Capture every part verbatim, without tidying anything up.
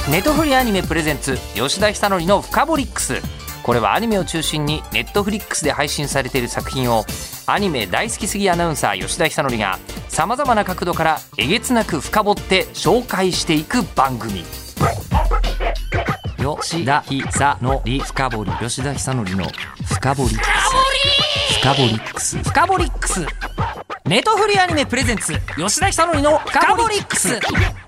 ネトフリアニメプレゼンツ吉田久典のフカボリックス。これはアニメを中心にネットフリックスで配信されている作品をアニメ大好きすぎアナウンサー吉田久典がさまざまな角度からえげつなく深掘って紹介していく番組。吉田久典フカボリ、吉田久典のフカボリックス。フカボリックスフカボリックスネトフリアニメプレゼンツ吉田久典のフカボリックス。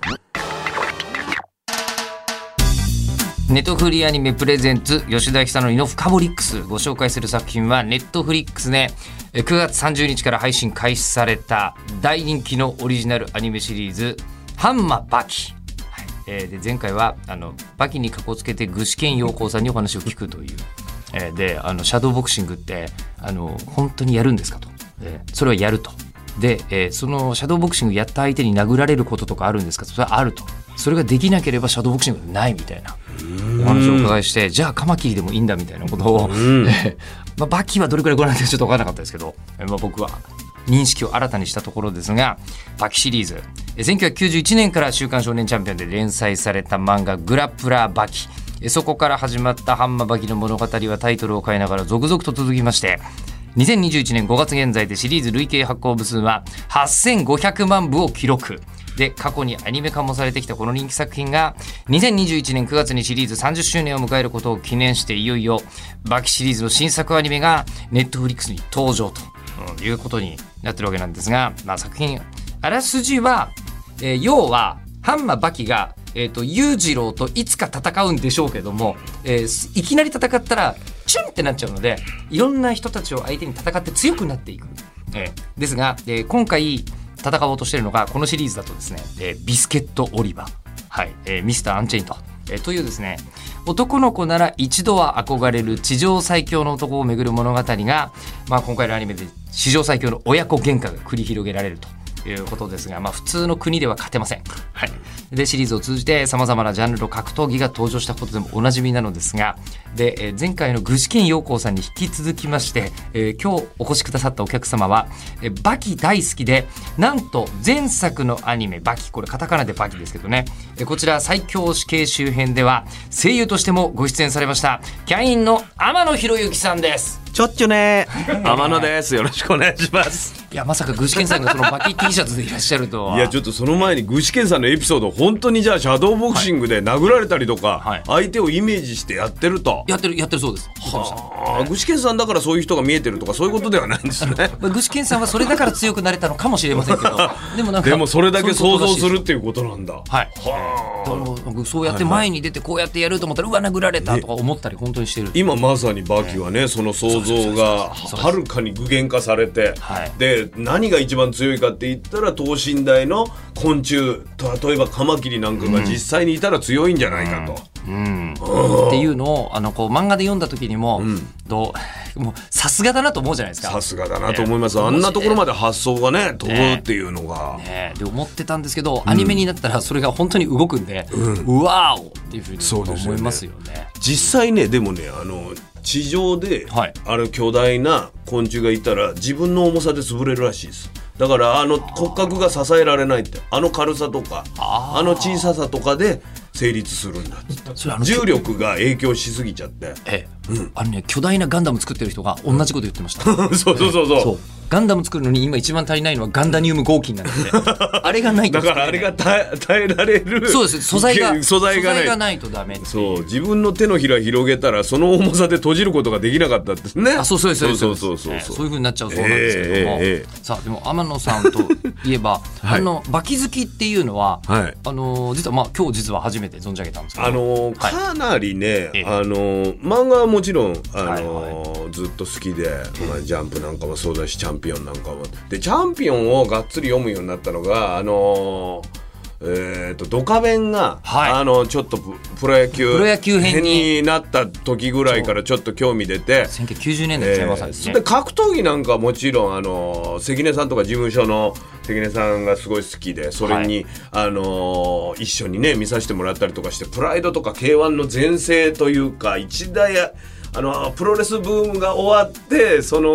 ネットフリアニメプレゼンツ吉田久典のフカボリックス。ご紹介する作品はネットフリックスでくがつさんじゅうにちから配信開始された大人気のオリジナルアニメシリーズハンマバキ、はいえー、で前回はあのバキにかこつけて具志堅用高さんにお話を聞くという、えー、であのシャドーボクシングってあの本当にやるんですかと、えー、それはやると。で、えー、そのシャドーボクシングやった相手に殴られることとかあるんですかと。それはあると。それができなければシャドーボクシングはないみたいなお話をお伺いして、じゃあカマキリでもいいんだみたいなことを、まあ、バキはどれくらいご覧になってちょっと分からなかったですけど、まあ、僕は認識を新たにしたところですが、バキシリーズせんきゅうひゃくきゅうじゅういちねんから週刊少年チャンピオンで連載された漫画グラップラーバキ、そこから始まったハンマバキの物語はタイトルを変えながら続々と続きまして、にせんにじゅういちねんごがつ現在でシリーズ累計発行部数ははっせんごひゃくまんぶを記録で、過去にアニメ化もされてきたこの人気作品がにせんにじゅういちねんくがつにシリーズさんじゅっしゅうねんを迎えることを記念して、いよいよバキシリーズの新作アニメがネットフリックスに登場ということになってるわけなんですが、まあ、作品あらすじは、えー、要はハンマバキが、えーと、裕次郎といつか戦うんでしょうけども、えー、いきなり戦ったらチュンってなっちゃうので、いろんな人たちを相手に戦って強くなっていく、えー、ですが、えー、今回戦おうとしているのがこのシリーズだとですね、えー、ビスケットオリバー、はいえー、ミスターアンチェイント、えー、というですね、男の子なら一度は憧れる地上最強の男をめぐる物語が、まあ、今回のアニメで史上最強の親子喧嘩が繰り広げられるということですが、まあ、普通の国では勝てません、はい、でシリーズを通じてさまざまなジャンルの格闘技が登場したことでもおなじみなのですが、で、えー、前回の具志堅用高さんに引き続きまして、えー、今日お越しくださったお客様は、えー、バキ大好きで、なんと前作のアニメバキ、これカタカナでバキですけどね、えー、こちら最強死刑囚編では声優としてもご出演されましたキャインの天野博之さんです。 ちょっちゅね天野です。よろしくお願いします。 いや、まさか具志堅さんがそのバキ T シャツでいらっしゃるとは。 いや、ちょっとその前に具志堅さんのエピソード、本当にじゃあシャドーボクシングで殴られたりとか、はい、相手をイメージしてやってると。 やってるやってるそうです。 はあ、具志堅さんだからそういう人が見えてるとかそういうことではないんですね。 具志堅さんはそれだから強くなれたのかもしれませんけど、でもなんかでもそれだけ想像するっていうことなんだ。 はい。はあ、そうやって前に出てこうやってやると思ったら、うわ殴られたとか思ったり本当にしてる。 今まさにバキはね、その想像がはるかに具現化されて、はい、で何が一番強いかって言ったら等身大の昆虫、例えばカマキリなんかが実際にいたら強いんじゃないかと、 うんうん、っていうのをあのこう漫画で読んだ時にも、うん、どうもうさすがだなと思うじゃないですか。 さすがだなと思います、えー、あんなところまで発想がね飛ぶっていうのが、 ねね、で思ってたんですけど、アニメになったらそれが本当に動くんで、うん、うわーおっていうふうに思いますよね。 実際ね、でもね、あの地上で、はい、あれ巨大な昆虫がいたら自分の重さで潰れるらしいです。だからあの骨格が支えられないって、あの軽さとか あ, あの小ささとかで成立するんだって。重力が影響しすぎちゃって、ええ、うん、あのね、 巨大なガンダム作ってる人が同じこと言ってました。 そうそうそうそう、そうガンダム作るのに今一番足りないのはガンダニウム合金なんであれがないとだからあれが耐えられる、 そうです、素材が素材がない、 素材がないとダメっていう。 そう、自分の手のひら広げたらその重さで閉じることができなかったですね。 あ、そうそうそうそうそうそうそうそう、 そういう風になっちゃうそうなんですけども、えーえー、さあでも天野さんといえば、はい、あのバキ好きっていうのは、はい、あの実はまあ今日実は初めて存じ上げたんですけど、 あのーはい、かなりね、えー、あのー、漫画はもちろん、あのーはいはい、ずっと好きで、まあ、ジャンプなんかもそうだしチャンピオンなんかもで、チャンピオンをがっつり読むようになったのが、あのーえー、とドカベンが、はい、あのちょっとプロ野球、 プロ野球編になった時ぐらいからちょっと興味出て、 せんきゅうひゃくきゅうじゅうねんだいですね、えー、 で格闘技なんかもちろん、あの関根さんとか事務所の関根さんがすごい好きで、それに、はい、あの一緒にね見させてもらったりとかして、プライドとか ケーワン の全盛というか、一大あのプロレスブームが終わって、その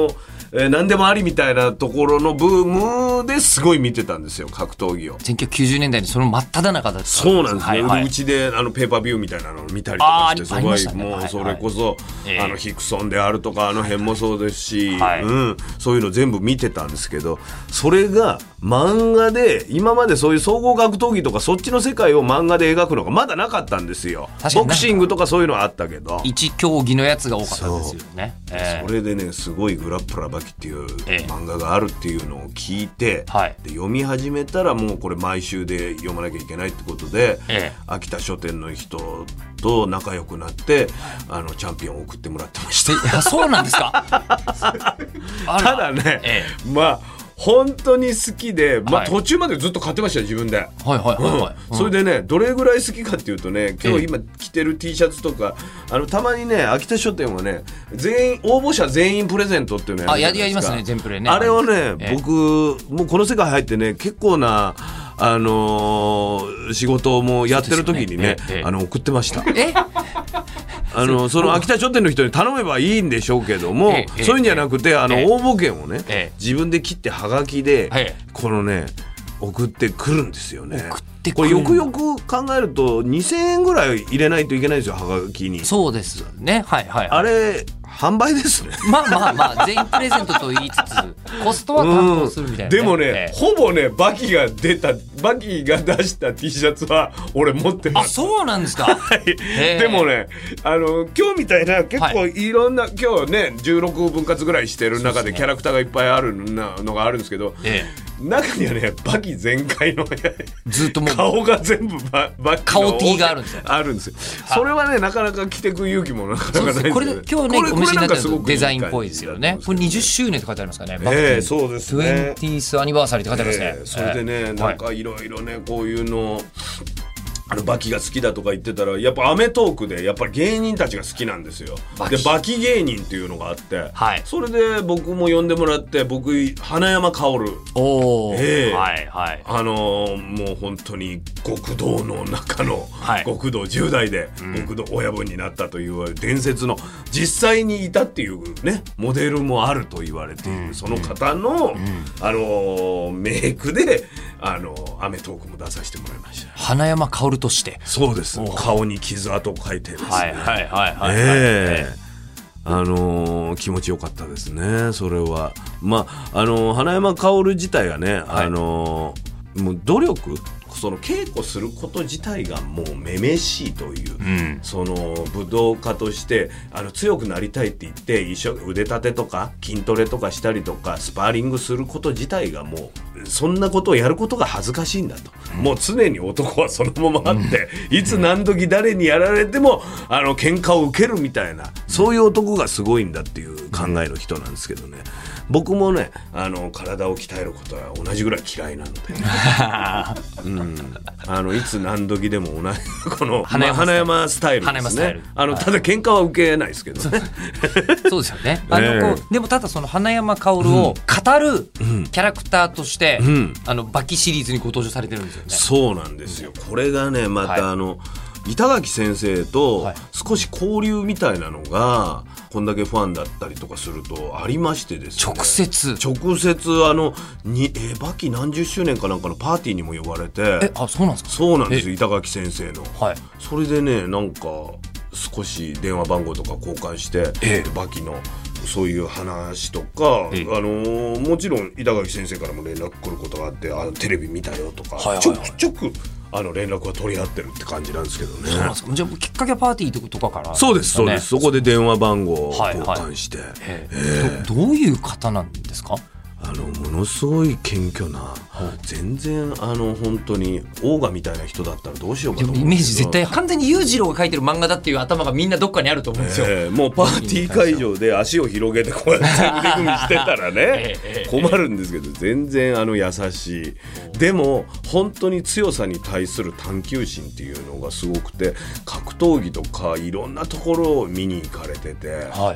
えー、何でもありみたいなところのブームですごい見てたんですよ、格闘技を。 せんきゅうひゃくきゅうじゅうねんだいのその真っ只中だったんですね。 そうなんですね、 はいはい、 うちであのペーパービューみたいなのを見たりとかして、すごい、 ね、 もうそれこそ、 はいはい、 あのヒクソンであるとかあの辺もそうですし、 はい、 うん、そういうの全部見てたんですけど、それが漫画で今までそういう総合格闘技とかそっちの世界を漫画で描くのがまだなかったんですよ。ボクシングとかそういうのはあったけど一競技のやつが多かったんですよね。 そ, えー、それでねすごいグラップラーバキっていう漫画があるっていうのを聞いて、えー、で読み始めたらもうこれ毎週で読まなきゃいけないってことで、えー、秋田書店の人と仲良くなってあのチャンピオンを送ってもらってました。 いやそうなんですかただね、えー、まあ本当に好きで、まあ、途中までずっと買ってましたよ自分で。はいはいはいはい、 うん、それでねどれぐらい好きかっていうとね今日今着てる T シャツとかあのたまにね秋田書店はね全員応募者全員プレゼントっていうのやるじゃないですか。あ や, やりますね全プレね。あれをね、えー、僕もうこの世界入ってね結構なあのー、仕事もやってる時にね、えーえー、あの送ってました。えあのその秋田書店の人に頼めばいいんでしょうけども、ええ、そういうんじゃなくてあの、え、応募券をね、え、自分で切ってはがきで、このね送ってくるんですよね。これよくよく考えるとにせんえんぐらい入れないといけないんですよはがきに。 そうですね、はいはい、はい、 あれ販売ですね。 まあまあまあ全員プレゼントと言いつつコストは担当するみたいな、ね、 うん、でもね、えー、ほぼねバキが出たバキが出した T シャツは俺持ってます。 あそうなんですか。 はい、でもねあの今日みたいな結構いろんな、はい、今日ねじゅうろくぶん割ぐらいしてる中でキャラクターがいっぱいあるのがあるんですけど、えー、中にはねバキ全開のずっともう顔が全部ババキの顔 T があるんですよ。 あるんですよ。それはねなかなか着てく勇気もなかなかないですよね。 これ今日ねお召しになってるデザインっぽいですよね。これにじゅっしゅうねんって書いてありますからね。 えー、そうですね。 にじゅうアニバーサリーって書いてありますね。 えー、それでね、えー、なんかいろいろねこういうのあのバキが好きだとか言ってたらやっぱアメトークでやっぱり芸人たちが好きなんですよ。バキでバキ芸人っていうのがあって、はい、それで僕も呼んでもらって僕花山薫お、 えーはいはい、 あのー、もう本当に極道の中の、はい、極道じゅう代で極道親分になったという伝説の実際にいたっていうねモデルもあると言われている、うん、その方の、うん、あのー、メイクであのー、アメトークも出させてもらいました。 花山薫として。 そうです。顔に傷跡を描いてですね。 はいはいはいはい、 えー、あのー、気持ちよかったですね。それはまああのー、花山薫自体がね、はい、あのー、もう努力その稽古すること自体がもうめめしいという、うん、その武道家としてあの強くなりたいって言って一生腕立てとか筋トレとかしたりとかスパーリングすること自体がもうそんなことをやることが恥ずかしいんだと、うん、もう常に男はそのままあって、うん、いつ何時誰にやられてもあの喧嘩を受けるみたいな、うん、そういう男がすごいんだっていう考えの人なんですけどね。僕もねあの体を鍛えることは同じぐらい嫌いなので、うん、あのいつ何時でも同じこの花山スタイルですね。あのただ喧嘩は受けないですけどね。 そうですよね。あのこう、えー、でもただその花山薫を語るキャラクターとして、うんうん、あのバキシリーズにご登場されてるんですよね。 そうなんですよ。これがねまた、はい、あの板垣先生と少し交流みたいなのがこんだけファンだったりとかするとありましてですね。 直接直接あのにえバキ何十周年かなんかのパーティーにも呼ばれて。 えあそうなんですか。 そうなんですよ板垣先生の、 はい、 それでねなんか少し電話番号とか交換して、ええ、バキのそういう話とか、ええあのー、もちろん板垣先生からも連絡来ることがあってあのテレビ見たよとか、はいはいはい、ちょくちょくあの連絡は取り合ってるって感じなんですけどね。 そうなんですか。じゃあきっかけはパーティーとかから、ね、 そうですそうです。そこで電話番号を交換して、はいはいえー、ど, どういう方なんですか。 あのものすごい謙虚な、全然あの本当にオーガみたいな人だったらどうしようかと思う。 イメージ絶対完全に裕次郎が書いてる漫画だっていう頭がみんなどっかにあると思うんですよ、 えー、もうパーティー会場で足を広げてこうやって腕組みしてたらね困るんですけど全然あの優しい。でも本当に強さに対する探求心っていうのがすごくて格闘技とかいろんなところを見に行かれてて、はい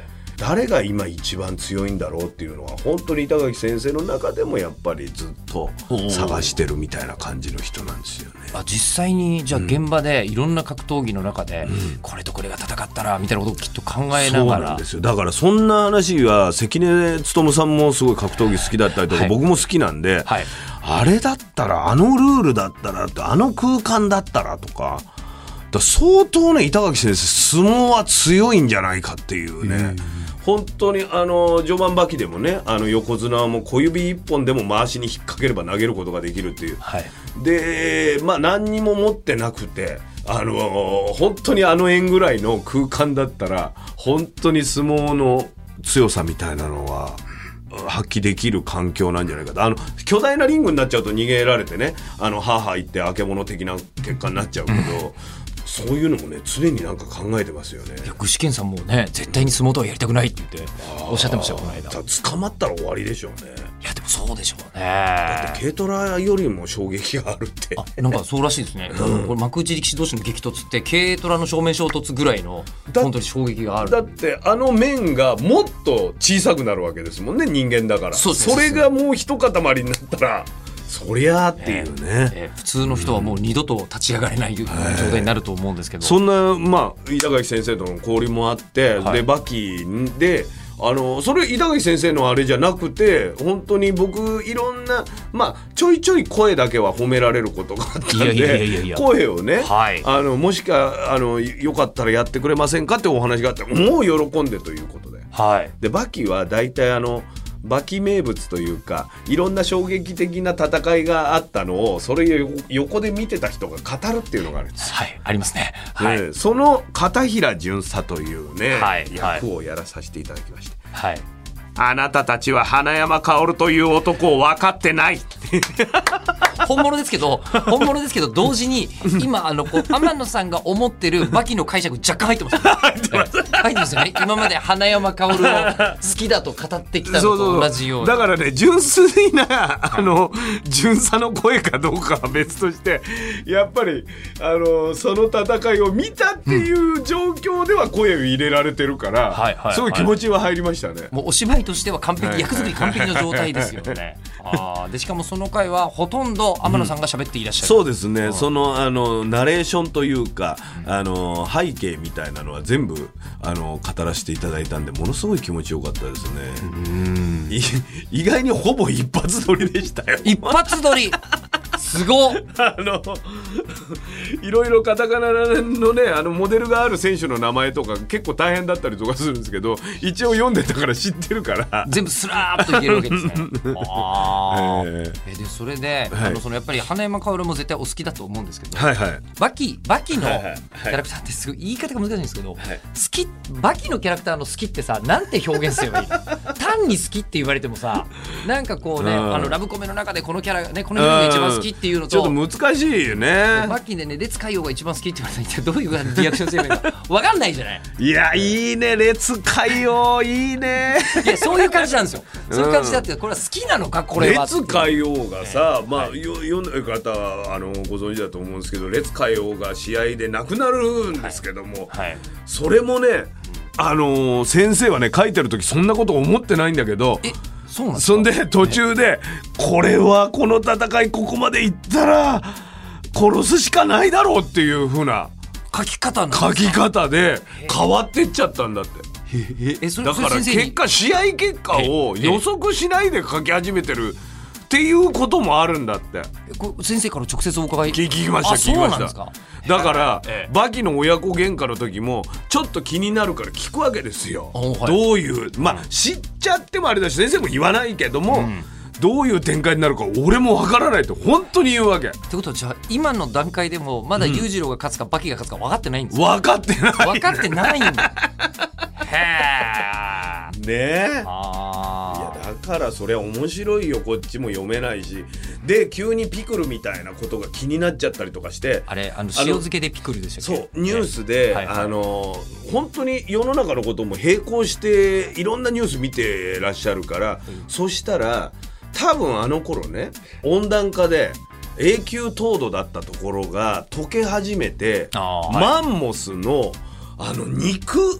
誰が今一番強いんだろうっていうのは本当に板垣先生の中でもやっぱりずっと探してるみたいな感じの人なんですよね。 あ、実際にじゃあ現場でいろんな格闘技の中で、うん、これとこれが戦ったらみたいなことをきっと考えながら。 そうなんですよ。だからそんな話は関根勤さんもすごい格闘技好きだったりとか、はい、僕も好きなんで、はい、あれだったらあのルールだったらあの空間だったらとか、だ相当ね板垣先生相撲は強いんじゃないかっていうね、うん、本当にあの序盤馬器でもね、あの横綱も小指一本でも回しに引っ掛ければ投げることができるっていう、はい、でまあ何にも持ってなくて、あの本当にあの円ぐらいの空間だったら本当に相撲の強さみたいなのは発揮できる環境なんじゃないかと。あの巨大なリングになっちゃうと逃げられてね、あのハーハー言ってあけぼの的な結果になっちゃうけど、そういうのもね常になんか考えてますよね。 いや具志堅さんもね絶対に相撲とはやりたくないって言っておっしゃってましたよこの間。 捕まったら終わりでしょうね。 いやでもそうでしょうね。 だって軽トラよりも衝撃があるって。 あ、なんかそうらしいですね、うん、これ幕内力士同士の激突って軽トラの正面衝突ぐらいの本当に衝撃がある。 だってあの面がもっと小さくなるわけですもんね、人間だから。 そ, それがもう一塊になったらそりゃーっていうね、えーえー、普通の人はもう二度と立ち上がれない状態になると思うんですけど、 そんな、まあ、板垣先生との交流もあって、はい、で馬器であのそれ板垣先生のあれじゃなくて本当に僕いろんな、まあ、ちょいちょい声だけは褒められることがあったんで、いやいやいやいや声をね、はい、あのもしかあのよかったらやってくれませんかってお話があってもう喜んでということで、はい、で馬器は大体あの馬器名物というかいろんな衝撃的な戦いがあったのをそれを横で見てた人が語るっていうのがあるんです。 はい、ありますね、はい、 その片平巡査というね、はい、役をやらさせていただきまして、はい、あなたたちは花山薫という男を分かってない本物ですけど本物ですけど同時に今あのこう天野さんが思ってる馬器の解釈若干入ってます入ってます、入ってますよね。今まで花山薫を好きだと語ってきたのと同じように。 だからね純粋なあの巡査の声かどうかは別としてやっぱりあのその戦いを見たっていう状況では声を入れられてるから、うん、すごい気持ちは入りましたね。 もうお芝居としては完璧、はい、役作り完璧な状態ですよね。あでしかもその回はほとんど天野さんが喋っていらっしゃる、 うん、そうですね、うん、そのあのナレーションというか、うん、あの背景みたいなのは全部あの語らせていただいたんでものすごい気持ちよかったですね。うん意外にほぼ一発撮りでしたよ。 一発撮りすごっあのいろいろカタカナのねあのモデルがある選手の名前とか結構大変だったりとかするんですけど一応読んでたから知ってるから全部スラーっといけるわけですねあ、えー、えでそれで、はい、あのそのやっぱり花山薫も絶対お好きだと思うんですけど、はいはい、バキバキのキャラクターってすごい言い方が難しいんですけど、はい、好きバキのキャラクターの好きってさなんて表現すればいいの単に好きって言われてもさなんかこうねあのラブコメの中でこのキャラねこの人が一番好きっていうのとちょっと難しいよね。 バキでね列海王が一番好きって言われたらどういうリアクションすればいいか分かんないじゃない。 いやいいね列海王いいねいやそういう感じなんですよ。そういう感じだってこれは好きなのかこれは。 列海王がさ、ね、まあ、はい、読んでる方はあのご存知だと思うんですけど列海王が試合で亡くなるんですけども、はいはい、それもねあのー、先生はね書いてる時そんなこと思ってないんだけどえそうなんですか。 そんで途中で、ね、これはこの戦いここまでいったら殺すしかないだろうっていう風な書き方なんですか。書き方で変わってっちゃったんだって。 えそれだから結果試合結果を予測しないで書き始めてるっていうこともあるんだって。 これ先生から直接お伺い聞きました聞きました。だからバキの親子喧嘩の時もちょっと気になるから聞くわけですよ、はい、どういうまあ知っちゃってもあれだし先生も言わないけども、うん、どういう展開になるか俺もわからないと本当に言うわけ。 ってことはじゃあ今の段階でもまだ裕次郎が勝つかバキが勝つか分かってないんですか。 分かってない分かってないんだへーねえあいやだからそれは面白いよこっちも読めないしで急にピクルみたいなことが気になっちゃったりとかしてあれあの塩漬けでピクルでしたっけ。 そうニュースで、はいはい、あの本当に世の中のことも並行していろんなニュース見てらっしゃるから、うん、そしたら多分あの頃ね温暖化で永久凍土だったところが溶け始めてマンモスのあの肉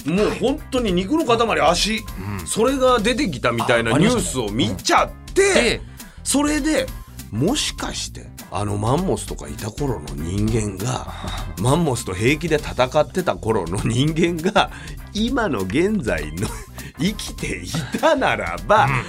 もう本当に肉の塊足、うん、それが出てきたみたいなニュースを見ちゃって、うん、それでもしかしてあのマンモスとかいた頃の人間がマンモスと平気で戦ってた頃の人間が今の現在の生きていたならば、うん、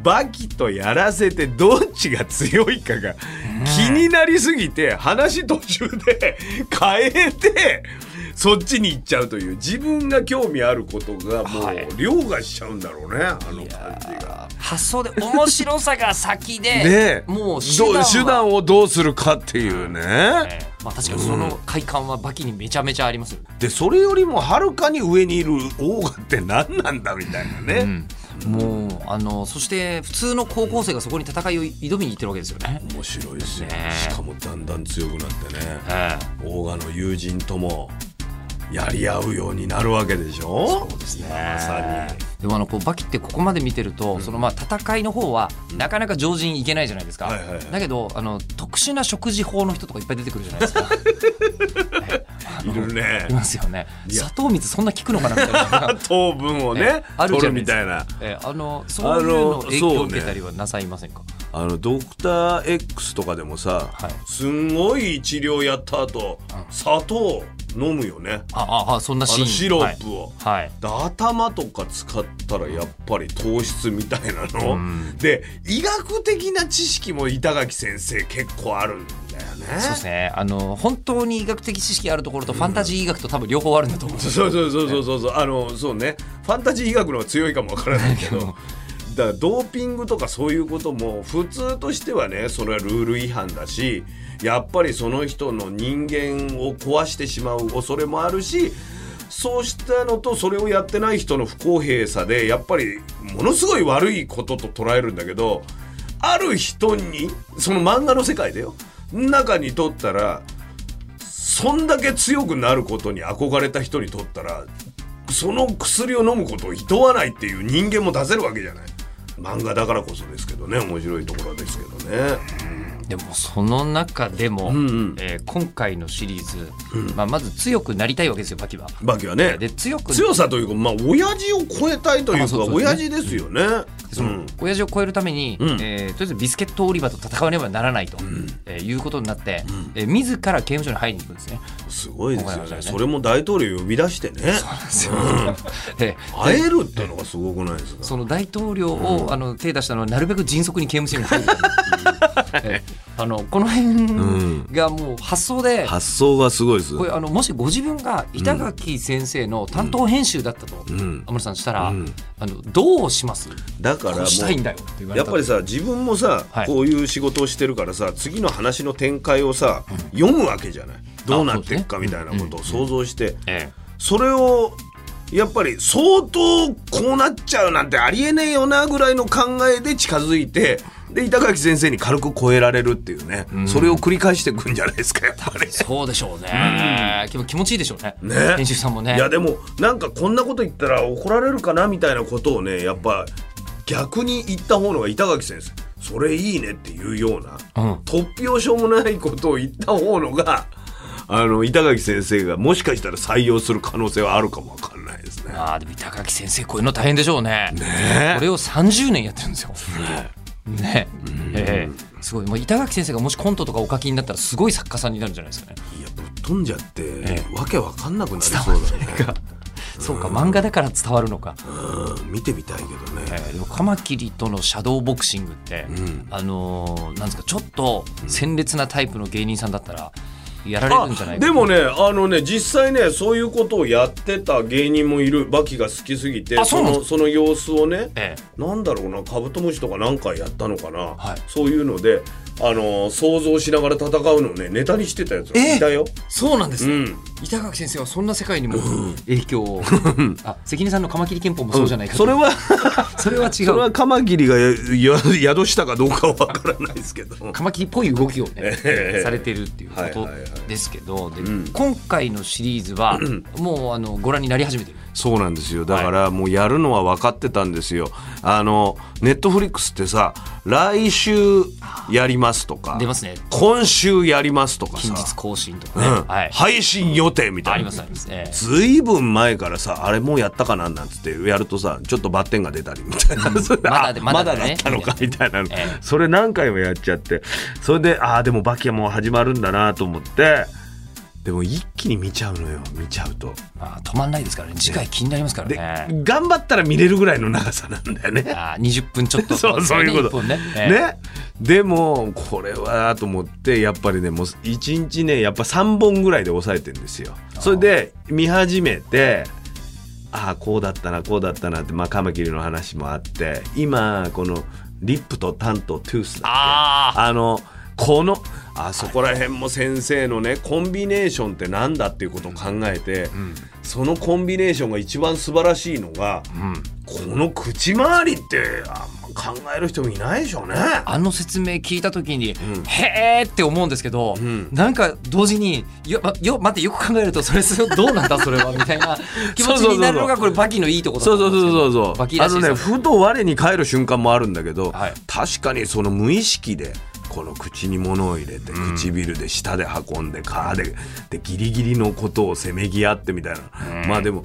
バキとやらせてどっちが強いかが気になりすぎて、話途中で変えてそっちに行っちゃうという、自分が興味あることがもう凌駕しちゃうんだろうね、あの感じが。 発想で面白さが先でね、 もう手段, 手段をどうするかっていうね、えーまあ、確かにその快感はバキにめちゃめちゃありますよね、 うん、でそれよりもはるかに上にいるオーガって何なんだみたいなね、 うん、もうあのそして普通の高校生がそこに戦いを挑みに行ってるわけですよね。 面白いですよ、ね、しかもだんだん強くなってね、えー、オーガの友人ともやり合うようになるわけでしょ。 そうですね、まさに。でもあのこうバキってここまで見てると、うん、そのまあ戦いの方はなかなか常人いけないじゃないですか、はいはいはい、だけどあの特殊な食事法の人とかいっぱい出てくるじゃないですかいるね、 いますよね。砂糖水そんな効くのかなみたいな糖分をね、あるじゃないですか、取るみたいな、 えあのそういうの影響を受けたりはなさいませんか。 あのドクター X とかでもさ、はい、すんごい治療やった後、うん、砂糖飲むよね。 ああ、そんなシーン、 あのシロップを、 はいはい、 で頭とか使ったらやっぱり糖質みたいなの、うん、で医学的な知識も板垣先生結構あるんだよね。 そうですね、あの本当に医学的知識あるところとファンタジー医学と多分両方あるんだと思う、うん、 そうそうそうそうそうそう、あのそうね、ファンタジー医学の方が強いかもわからないけどだからドーピングとかそういうことも普通としてはね、それはルール違反だし、やっぱりその人の人間を壊してしまう恐れもあるし、そうしたのとそれをやってない人の不公平さでやっぱりものすごい悪いことと捉えるんだけど、ある人にその漫画の世界でよ中にとったらそんだけ強くなることに憧れた人にとったらその薬を飲むことを厭わないっていう人間も出せるわけじゃない。漫画だからこそですけどね、面白いところですけどね、 うん、でもその中でも、うんうん、えー、今回のシリーズ、うん、まあ、まず強くなりたいわけですよ、バキは。 バキはね、 で 強, く強さというか、まあ、親父を超えたいというか、まあ、親父ですよね、うん、 その親父を超えるために、うん、えー、とりあえずビスケットオリバーと戦わねばならないと、うん、えー、いうことになって、うん、えー、自ら刑務所に入りに行くんですね。 すごいですよ ね, ねそれも大統領呼び出してね、そうなんですよ、うん、会えるっていうのがすごくないですか。 その大統領を、うん、あの手出したのはなるべく迅速に刑務所に入るっていうあのこの辺がもう発想で、うん、 発想がすごいです。 これあのもしご自分が板垣先生の担当編集だったと、うん、天野さんしたら、うん、あのどうします。 だからもうしたいんだよって言われた。 やっぱりさ、自分もさ、はい、こういう仕事をしてるからさ、次の話の展開をさ、うん、読むわけじゃない。どうなっていくかみたいなことを想像して、それをやっぱり相当こうなっちゃうなんてありえねえよなぐらいの考えで近づいて、で板垣先生に軽く超えられるっていうね、うん、それを繰り返していくんじゃないですか、やっぱり。 そうでしょうね、うん、気持ちいいでしょう ね, ね編集さんもね。 いやでもなんかこんなこと言ったら怒られるかなみたいなことをね、やっぱ逆に言った方のが板垣先生それいいねっていうような、うん、突拍子もないことを言った方のがあの板垣先生がもしかしたら採用する可能性はあるかもわかんないですね。 あでも板垣先生こういうの大変でしょう ね, ねこれをさんじゅうねんやってるんですよね, ね、えー、すごい。もう板垣先生がもしコントとかお書きになったらすごい作家さんになるんじゃないですかね。 いやぶっ飛んじゃって、えー、わけわかんなくなりそうだねそうか、漫画だから伝わるのか。 うん、見てみたいけどね、 えー、でもカマキリとのシャドーボクシングって、うん、あのー、なんですか、ちょっと鮮烈なタイプの芸人さんだったらやられるんじゃないか。 でもね、あのね、実際ねそういうことをやってた芸人もいる。バキが好きすぎて、その、その様子をね、ええ、なんだろうな、カブトムシとか何回やったのかな、はい、そういうのであのー、想像しながら戦うのをねネタにしてたやつがいたよ。 そうなんですね、うん、板垣先生はそんな世界にも影響をあ、関根さんのカマキリ憲法もそうじゃないかと、うん、それはそれは違う。それはカマキリがや宿したかどうかは分からないですけどカマキリっぽい動きを、ねえー、されてるっていうことですけど、で、うん、今回のシリーズはもうあのご覧になり始めてる。 そうなんですよ。だからもうやるのは分かってたんですよ。あのネットフリックスってさ、来週やりますとか出ますね、 今週やりますとかさ、 近日更新とかね、 うんはい、 配信予定みたいな、 ありますあります、えー、 ずいぶん前からさ、あれもうやったかなんなんつってやるとさ、ちょっとバッテンが出たりみたいな、うん、 まだでまだまだだったのかみたいな、 えー、 それ何回もやっちゃって、それでああでもバキはもう始まるんだなと思って、でも一気に見ちゃうのよ。見ちゃうと、 まあ、止まんないですからね。次回気になりますからね。 で頑張ったら見れるぐらいの長さなんだよね。 あにじゅっぷんちょっと、 そうそういうことね、えー、 ね。でもこれはと思って、やっぱりねもういちにちねやっぱさんぼんぐらいで抑えてるんですよ。それで見始めて、ああこうだったなこうだったなって、まあカマキリの話もあって、今このリップとタンとトゥースだっけ、ああのこのあそこら辺も先生のねコンビネーションってなんだっていうことを考えて、うん、そのコンビネーションが一番素晴らしいのが、うん、この口周りってあんま考える人もいないでしょうね。 あの説明聞いた時に、うん、へーって思うんですけど、うん、なんか同時によよ待ってよく考えるとそれどうなんだそれはみたいな気持ちになるのがこれバキのいいところだと思うんですけど、 そうそうそうそう、バキらしい、あのねふと我に返る瞬間もあるんだけど、はい、確かにその無意識でこの口に物を入れて、唇で舌で運んで皮で、でギリギリのことをせめぎ合ってみたいな、うん、まあでも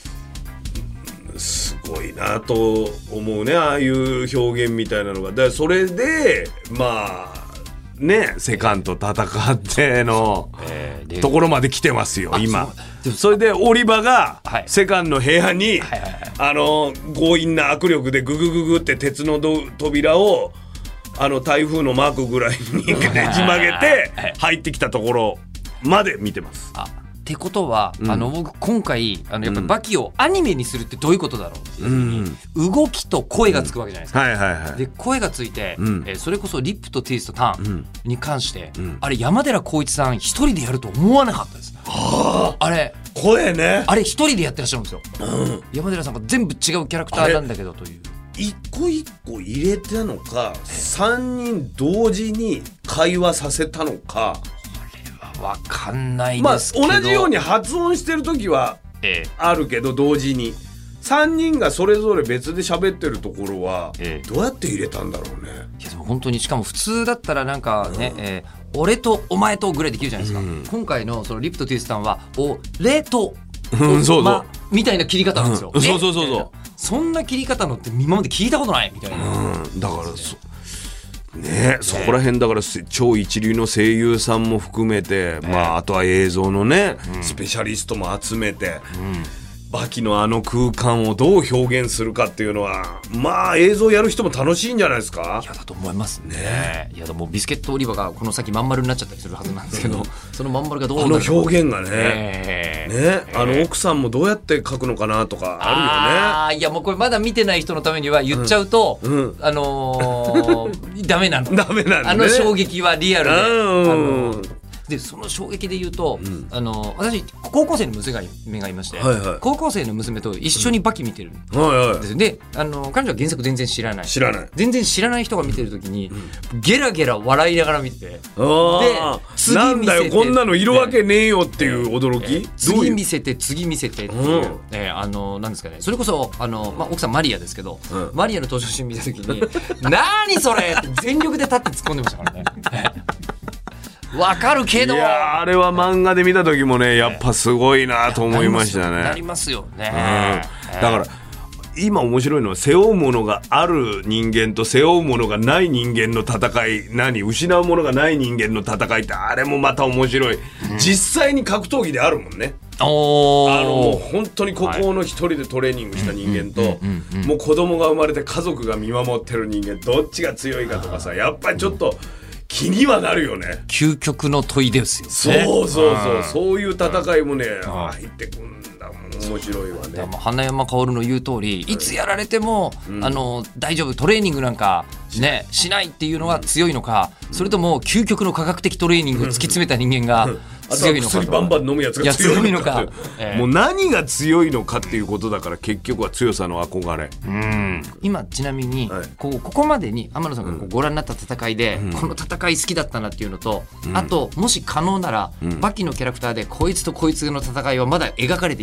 すごいなと思うね、ああいう表現みたいなのが。だからそれでまあねセカンと戦ってのところまで来てますよ今。それでオリバがセカンの部屋にあの強引な握力でググググって鉄の扉をあの台風のマークぐらいにねじ曲げて入ってきたところまで見てます。 あってことは、うん、あの僕今回あのやっぱバキをアニメにするってどういうことだろうっていうふうに、うん、動きと声がつくわけじゃないですか、うんはいはいはい、で声がついて、うんえー、それこそリップとティースとターンに関して、うん、あれ山寺宏一さん一人でやると思わなかったです。はあ、あれ声ね、 あれ一人でやってらっしゃるんですよ、うん、山寺さんが全部違うキャラクターなんだけどという、 一個一個入れたのかさんにん同時に会話させたのか、 これは分かんないですけど、 まあ、同じように発音してる時はあるけど、同時にさんにんがそれぞれ別で喋ってるところはどうやって入れたんだろうね。 いやでも本当にしかも普通だったらなんかね、うんえー、俺とお前とぐらいできるじゃないですか、うん、今回のそのリップとティースさんは俺とそうそう、ま、 みたいな切り方なんですよ、 うん、そうそうそうそう、 そんな切り方のって今まで聞いたことないみたいな、 うん、だからそね、そこら辺だから超一流の声優さんも含めて、ねまあ、あとは映像のね、うん、スペシャリストも集めて、うんバキのあの空間をどう表現するかっていうのはまあ映像やる人も楽しいんじゃないですか。 いやだと思いますね。ねいやでもビスケットオリバがこの先まん丸になっちゃったりするはずなんですけど、うん、そのまん丸がどうなるかあの表現がね、えー、ね、えー、あの奥さんもどうやって描くのかなとかあるよね。 ああいやもうこれまだ見てない人のためには言っちゃうと、うんうん、あのー、ダメなの。 ダメなんだね。 あの衝撃はリアルで。 うんあのでその衝撃で言うと、うん、あの私高校生の娘がいまして、はいはい、高校生の娘と一緒にバキ見てるんです、うんはいはい、であの彼女は原作全然知らない知らない全然知らない人が見てる時に、うん、ゲラゲラ笑いながら見てて、で次なんだよこんなのいるわけねえよっていう驚き、えー、 次見せて次見せてっていう、うんえー、あのなんですかね、それこそあの、まあ、奥さんマリアですけど、うん、マリアの登場シーン見た時に何それって全力で立って突っ込んでましたからねわかるけど、 いやあれは漫画で見た時もねやっぱすごいなと思いましたね。 なりますよね、 うん、だから今面白いのは背負うものがある人間と背負うものがない人間の戦い、何失うものがない人間の戦いってあれもまた面白い、うん、実際に格闘技であるもんね。 おあのもう本当に孤高の一人でトレーニングした人間ともう子供が生まれて家族が見守ってる人間どっちが強いかとかさ、やっぱりちょっと気にはなるよね。 究極の問いですよね。そうそうそう、そういう戦いもね入ってくんだもん。面白いわね。 花山薫の言う通り、いつやられても、うん、あの大丈夫トレーニングなんか、ね、しないっていうのが強いのか、うん、それとも究極の科学的トレーニングを突き詰めた人間が強いのか、 あとは薬バンバン飲むやつが強いのか、 えー、 もう何が強いのかっていうことだから、結局は強さの憧れ。 うん今ちなみに、はい、こうここまでに天野さんがこうご覧になった戦いで、うん、この戦い好きだったなっていうのと、うん、あともし可能なら、うん、バキのキャラクターでこいつとこいつの戦いはまだ描かれていないが、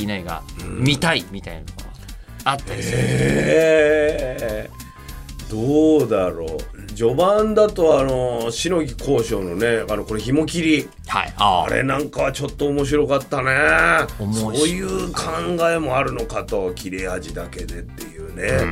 見たいみたいなのがあったりする。 えー、どうだろう。序盤だとあのしのぎ交渉のねあのこれ紐切り、 はい、あ, あれなんかはちょっと面白かったね。そういう考えもあるのかと、切れ味だけでっていうね、うん、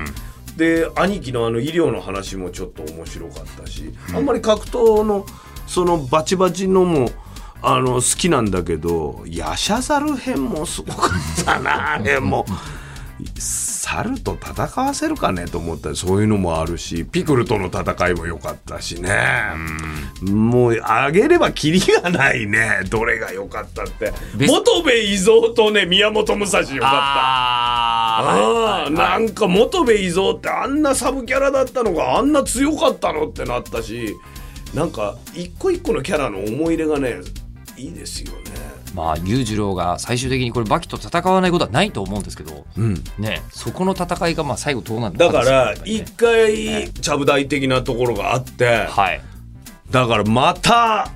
で兄貴のあの医療の話もちょっと面白かったし、うん、あんまり格闘のそのバチバチのもあの好きなんだけど、ヤシャザル編もすごかったな。あれも猿と戦わせるかねと思ったり、そういうのもあるし、ピクルとの戦いも良かったしね、うん、もうあげればキリがないね。どれが良かったって、元部伊蔵とね宮本武蔵良かった。ああ、はい、なんか元部伊蔵ってあんなサブキャラだったのがあんな強かったのってなったし、なんか一個一個のキャラの思い入れがねいいですよね。 まあ、裕次郎が最終的にこれバキと戦わないことはないと思うんですけど、うんね、そこの戦いがまあ最後どうなるのか、 だから一回ちゃぶ台的なところがあって、はい、だからまた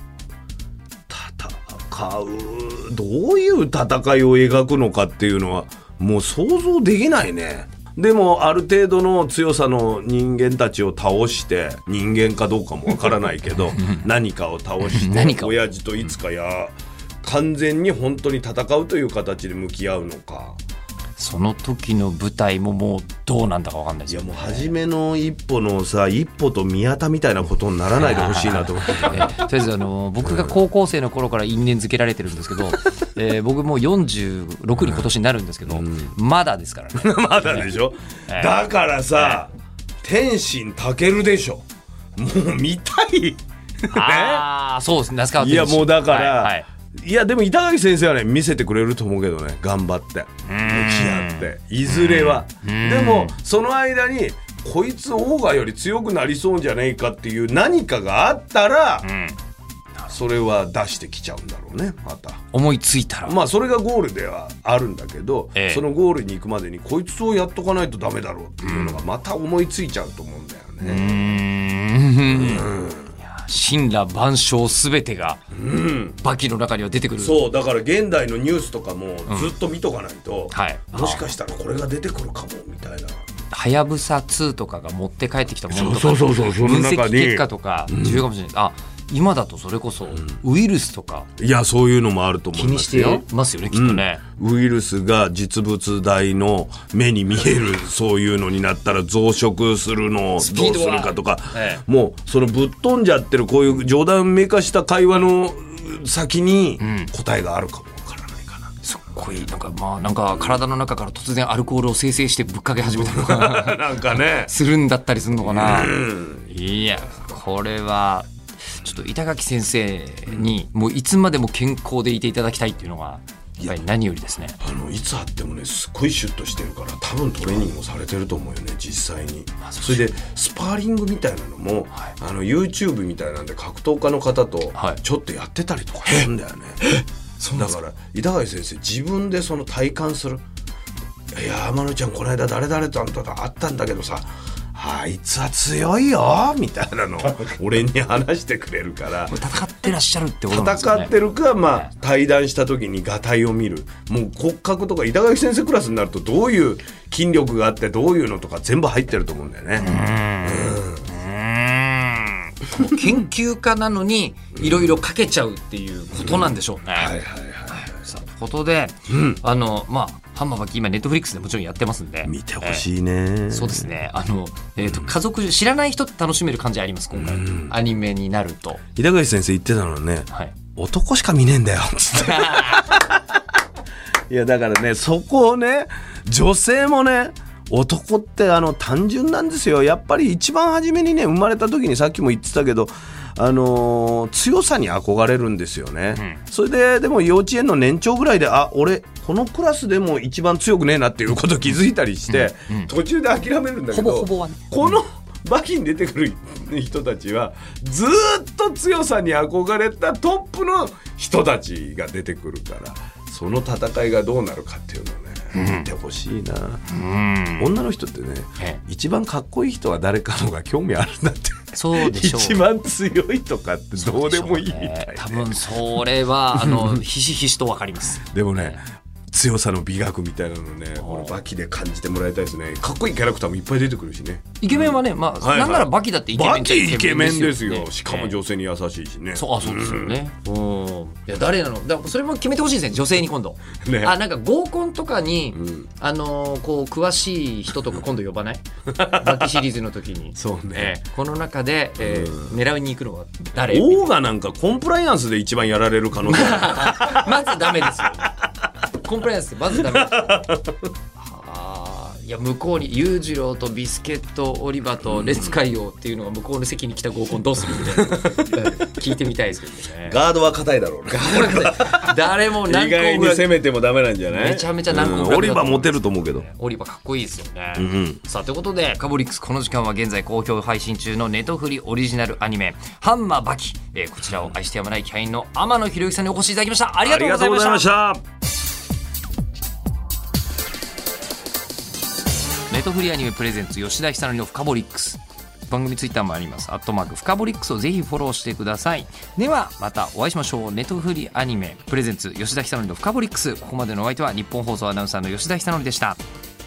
戦う、どういう戦いを描くのかっていうのはもう想像できないね。でもある程度の強さの人間たちを倒して、人間かどうかもわからないけど何かを倒して親父といつかや完全に本当に戦うという形で向き合うのか、 その時の舞台ももうどうなんだか分かんないですよね。 いやもう初めの一歩のさ、一歩と宮田みたいなことにならないでほしいなと思って、ね、とりあえずあの僕が高校生の頃から因縁づけられてるんですけど、えー、僕もうよんじゅうろくに今年になるんですけど、うん、まだですからねまだでしょ、えー、だからさ、えー、天心武でしょ、もう見たいね。 ああそうですね、那須川天心。 いやもうだから、はいはい、いやでも板垣先生はね見せてくれると思うけどね、頑張って向き合っていずれは。でもその間にこいつオーガより強くなりそうじゃねえかっていう何かがあったら、うん、それは出してきちゃうんだろうね。また思いついたら、 まあそれがゴールではあるんだけど、ええ、そのゴールに行くまでにこいつをやっとかないとダメだろうっていうのがまた思いついちゃうと思うんだよね。うーん、 うん、神羅万象すべてがバキの中には出てくる、うん、 そうだから現代のニュースとかもずっと見とかないと、うんはい、もしかしたらこれが出てくるかもみたいな。 はやぶさツーとかが持って帰ってきたものとか分析結果とか重要かもしれない、うん、あ今だとそれこそウイルスとか、 うん、いやそういうのもあると思いますよ。 気にしてますよねきっとね、 うん、ウイルスが実物大の目に見えるそういうのになったら増殖するのをどうするかとか、ええ、もうそのぶっ飛んじゃってるこういう冗談めかした会話の先に答えがあるかもわからないかな、うん、 すっごいなんかまあなんか体の中から突然アルコールを生成してぶっかけ始めたりとかなんかねするんだったりするのかな、うん、いやこれはちょっと板垣先生にもういつまでも健康でいていただきたいっていうのがやっぱり何よりですね。 あのいつあってもねすっごいシュッとしてるから多分トレーニングもされてると思うよね実際に。それでスパーリングみたいなのも、はい、あの YouTube みたいなんで格闘家の方とちょっとやってたりとかするんだよね、はい、だから板垣先生自分でその体感する。いや天野ちゃんこの間誰々と会ったんだけどさあいつは強いよみたいなのを俺に話してくれるから戦ってらっしゃるってことなんですかね。 戦ってるか、まあ、対談した時にガタイを見る。もう骨格とか板垣先生クラスになるとどういう筋力があってどういうのとか全部入ってると思うんだよね。 うーんうーん研究家なのにいろいろかけちゃうっていうことなんでしょうね。はいはいはい。さあということで、うん、あのまあハンマーバキ今ネットフリックスでもちろんやってますんで見てほしいね、えー、そうですねあの、えーと、家族知らない人って楽しめる感じあります今回、うん、アニメになると。 板垣先生言ってたのはね、はい、男しか見ねえんだよつっていやだからねそこをね女性もね男ってあの単純なんですよ。やっぱり一番初めにね生まれた時にさっきも言ってたけどあのー、強さに憧れるんですよね、うん、それででも幼稚園の年長ぐらいであ俺このクラスでも一番強くねえなっていうこと気づいたりして、うんうん、途中で諦めるんだけどほぼほぼは、ね、このバキに出てくる人たちはずっと強さに憧れたトップの人たちが出てくるからその戦いがどうなるかっていうのをね見てほしいな、うん、女の人ってね一番かっこいい人は誰かのが興味あるんだって。 そうでしょう。 一番強いとかってどうでもいいみたいな、ね、 多分それはあのひしひしと分かります。 でもね強さの美学みたいなのね、このバキで感じてもらいたいですね。かっこいいキャラクターもいっぱい出てくるしね。 イケメンはね、まあ、はいはい、なんならバキだってイケメンバキイケメンですよ。しかも女性に優しいしね。 そう、あ、そうですよね。うん、いや誰なの？だからそれも決めてほしいですね、女性に今度。ね、あ、なんか合コンとかに、うん、あのー、こう詳しい人とか今度呼ばない？バキシリーズの時に。そうね。えー、この中で、えーうん、狙いに行くのは誰？ 王がなんかコンプライアンスで一番やられる可能性まずダメですよ。コンプライアンスまずダメです。あ、いや向こうに裕次郎とビスケットオリバとレッツ海洋っていうのが向こうの席に来た合コンどうするみたいな聞いてみたいですけどね。 ガードは硬いだろうね。 ガードは硬い。誰も何個ぐらい意外に攻めてもダメなんじゃない？ めちゃめちゃ何個ぐらい、 うん、オリバモテると思うけど。 オリバかっこいいですよね、 うんうん、 さあということでカボリックスこの時間は現在好評配信中のネトフリオリジナルアニメハンマーバキ、えー、こちらを愛してやまないキャインの天野ひろゆきさんにお越しいただきました。ありがとうございました。ありがとうございました。ネトフリアニメプレゼンツ吉田ひさのりのフカボリックス、番組ツイッターもあります。アットマークフカボリックスをぜひフォローしてください。ではまたお会いしましょう。ネトフリアニメプレゼンツ吉田ひさのりのフカボリックス、ここまでのお相手は日本放送アナウンサーの吉田ひさのりでした。